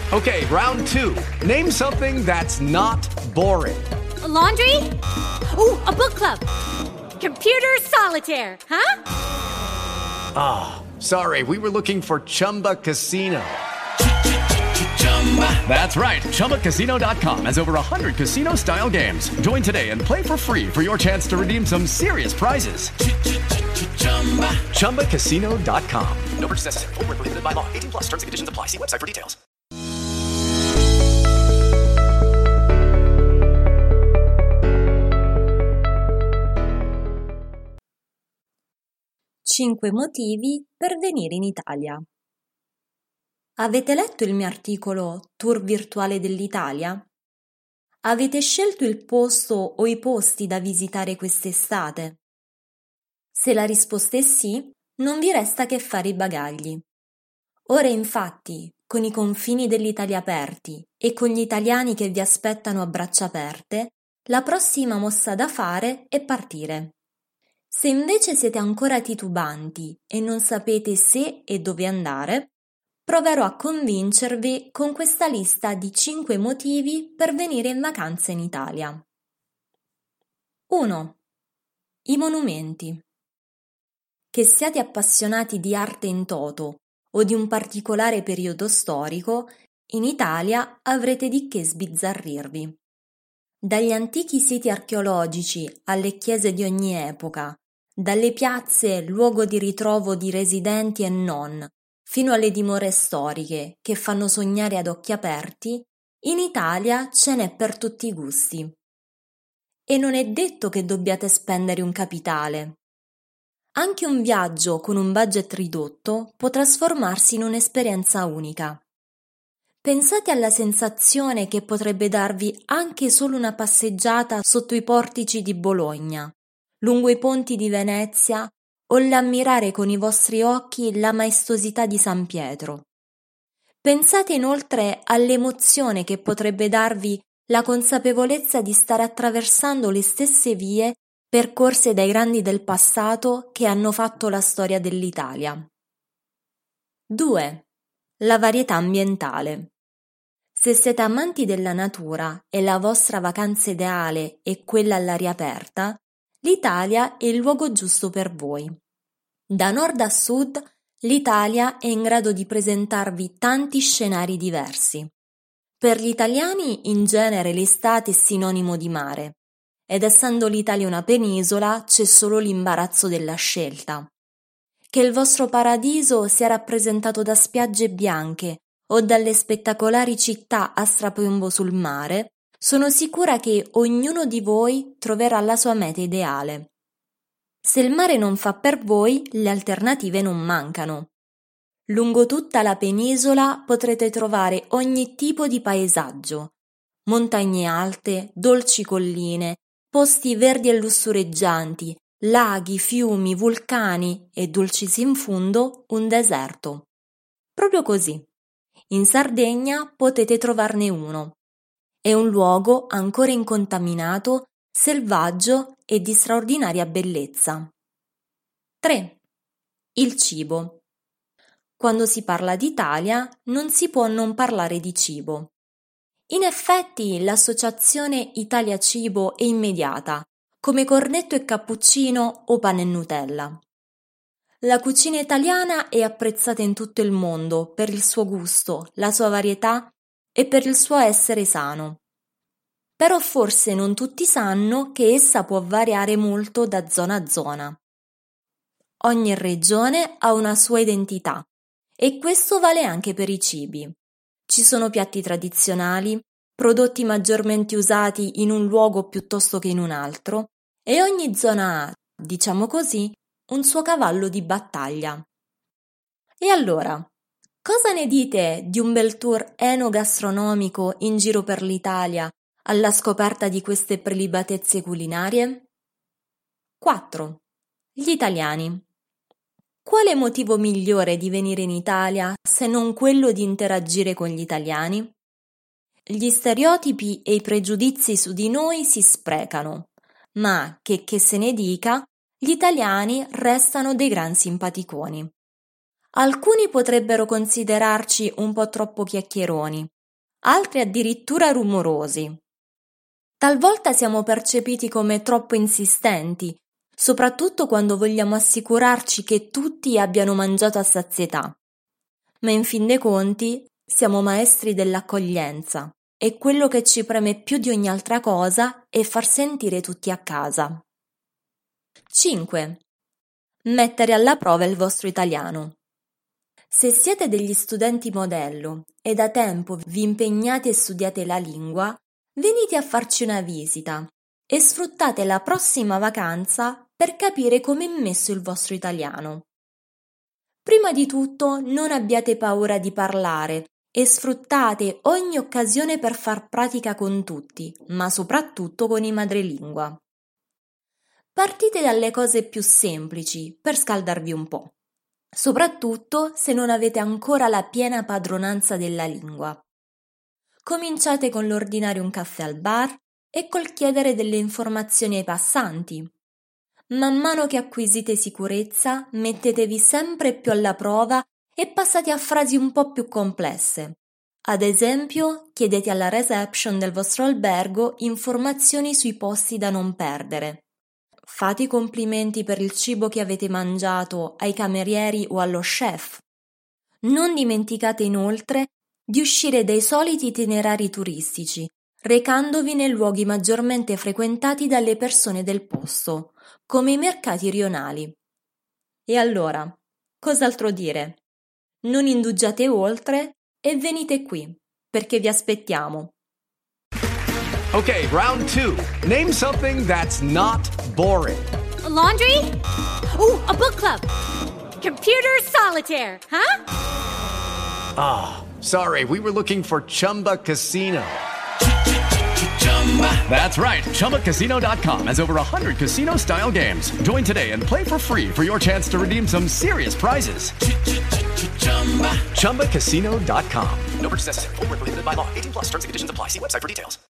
Okay, round two. Name something that's not boring. A laundry? Ooh, a book club. Computer solitaire, huh? Ah, sorry, we were looking for Chumba Casino. That's right, ChumbaCasino.com has over 100 casino-style games. Join today and play for free for your chance to redeem some serious prizes. ChumbaCasino.com. No purchase necessary. Void where prohibited by law. 18 plus. Terms and conditions apply. See website for details. Cinque motivi per venire in Italia. Avete letto il mio articolo Tour virtuale dell'Italia? Avete scelto il posto o i posti da visitare quest'estate? Se la risposta è sì, non vi resta che fare i bagagli. Ora infatti, con i confini dell'Italia aperti e con gli italiani che vi aspettano a braccia aperte, la prossima mossa da fare è partire. Se invece siete ancora titubanti e non sapete se e dove andare, proverò a convincervi con questa lista di 5 motivi per venire in vacanza in Italia. 1. I monumenti. Che siate appassionati di arte in toto o di un particolare periodo storico, in Italia avrete di che sbizzarrirvi. Dagli antichi siti archeologici alle chiese di ogni epoca, dalle piazze luogo di ritrovo di residenti e non, fino alle dimore storiche che fanno sognare ad occhi aperti, in Italia ce n'è per tutti i gusti. E non è detto che dobbiate spendere un capitale. Anche un viaggio con un budget ridotto può trasformarsi in un'esperienza unica. Pensate alla sensazione che potrebbe darvi anche solo una passeggiata sotto i portici di Bologna, lungo i ponti di Venezia o l'ammirare con i vostri occhi la maestosità di San Pietro. Pensate inoltre all'emozione che potrebbe darvi la consapevolezza di stare attraversando le stesse vie percorse dai grandi del passato che hanno fatto la storia dell'Italia. 2. La varietà ambientale. Se siete amanti della natura e la vostra vacanza ideale è quella all'aria aperta, l'Italia è il luogo giusto per voi. Da nord a sud, l'Italia è in grado di presentarvi tanti scenari diversi. Per gli italiani, in genere, l'estate è sinonimo di mare, ed essendo l'Italia una penisola, c'è solo l'imbarazzo della scelta. Che il vostro paradiso sia rappresentato da spiagge bianche o dalle spettacolari città a strapiombo sul mare, sono sicura che ognuno di voi troverà la sua meta ideale. Se il mare non fa per voi, le alternative non mancano. Lungo tutta la penisola potrete trovare ogni tipo di paesaggio: montagne alte, dolci colline, posti verdi e lussureggianti, laghi, fiumi, vulcani e, dulcis in fundo, un deserto. Proprio così. In Sardegna potete trovarne uno. È un luogo ancora incontaminato, selvaggio e di straordinaria bellezza. 3. Il cibo. Quando si parla d'Italia non si può non parlare di cibo. In effetti l'associazione Italia-cibo è immediata, come cornetto e cappuccino o pane e Nutella. La cucina italiana è apprezzata in tutto il mondo per il suo gusto, la sua varietà e per il suo essere sano. Però forse non tutti sanno che essa può variare molto da zona a zona. Ogni regione ha una sua identità e questo vale anche per i cibi. Ci sono piatti tradizionali, prodotti maggiormente usati in un luogo piuttosto che in un altro e ogni zona ha, diciamo così, un suo cavallo di battaglia. E allora, cosa ne dite di un bel tour enogastronomico in giro per l'Italia alla scoperta di queste prelibatezze culinarie? 4. Gli italiani. Quale motivo migliore di venire in Italia se non quello di interagire con gli italiani? Gli stereotipi e i pregiudizi su di noi si sprecano, ma che se ne dica, gli italiani restano dei gran simpaticoni. Alcuni potrebbero considerarci un po' troppo chiacchieroni, altri addirittura rumorosi. Talvolta siamo percepiti come troppo insistenti, soprattutto quando vogliamo assicurarci che tutti abbiano mangiato a sazietà. Ma in fin dei conti siamo maestri dell'accoglienza e quello che ci preme più di ogni altra cosa è far sentire tutti a casa. 5. Mettere alla prova il vostro italiano. Se siete degli studenti modello e da tempo vi impegnate e studiate la lingua, venite a farci una visita e sfruttate la prossima vacanza per capire come è messo il vostro italiano. Prima di tutto, non abbiate paura di parlare e sfruttate ogni occasione per far pratica con tutti, ma soprattutto con i madrelingua. Partite dalle cose più semplici per scaldarvi un po', soprattutto se non avete ancora la piena padronanza della lingua. Cominciate con l'ordinare un caffè al bar e col chiedere delle informazioni ai passanti. Man mano che acquisite sicurezza, mettetevi sempre più alla prova e passate a frasi un po' più complesse. Ad esempio, chiedete alla reception del vostro albergo informazioni sui posti da non perdere. Fate i complimenti per il cibo che avete mangiato ai camerieri o allo chef. Non dimenticate inoltre di uscire dai soliti itinerari turistici, recandovi nei luoghi maggiormente frequentati dalle persone del posto, come i mercati rionali. E allora, cos'altro dire? Non indugiate oltre e venite qui, perché vi aspettiamo. Okay, round 2. Name something that's not boring. A laundry? Ooh, a book club. Computer solitaire, huh? Sorry, we were looking for Chumba Casino. That's right. ChumbaCasino.com has over 100 casino-style games. Join today and play for free for your chance to redeem some serious prizes. ChumbaCasino.com. No purchase necessary. Void where prohibited by law. 18+ terms and conditions apply. See website for details.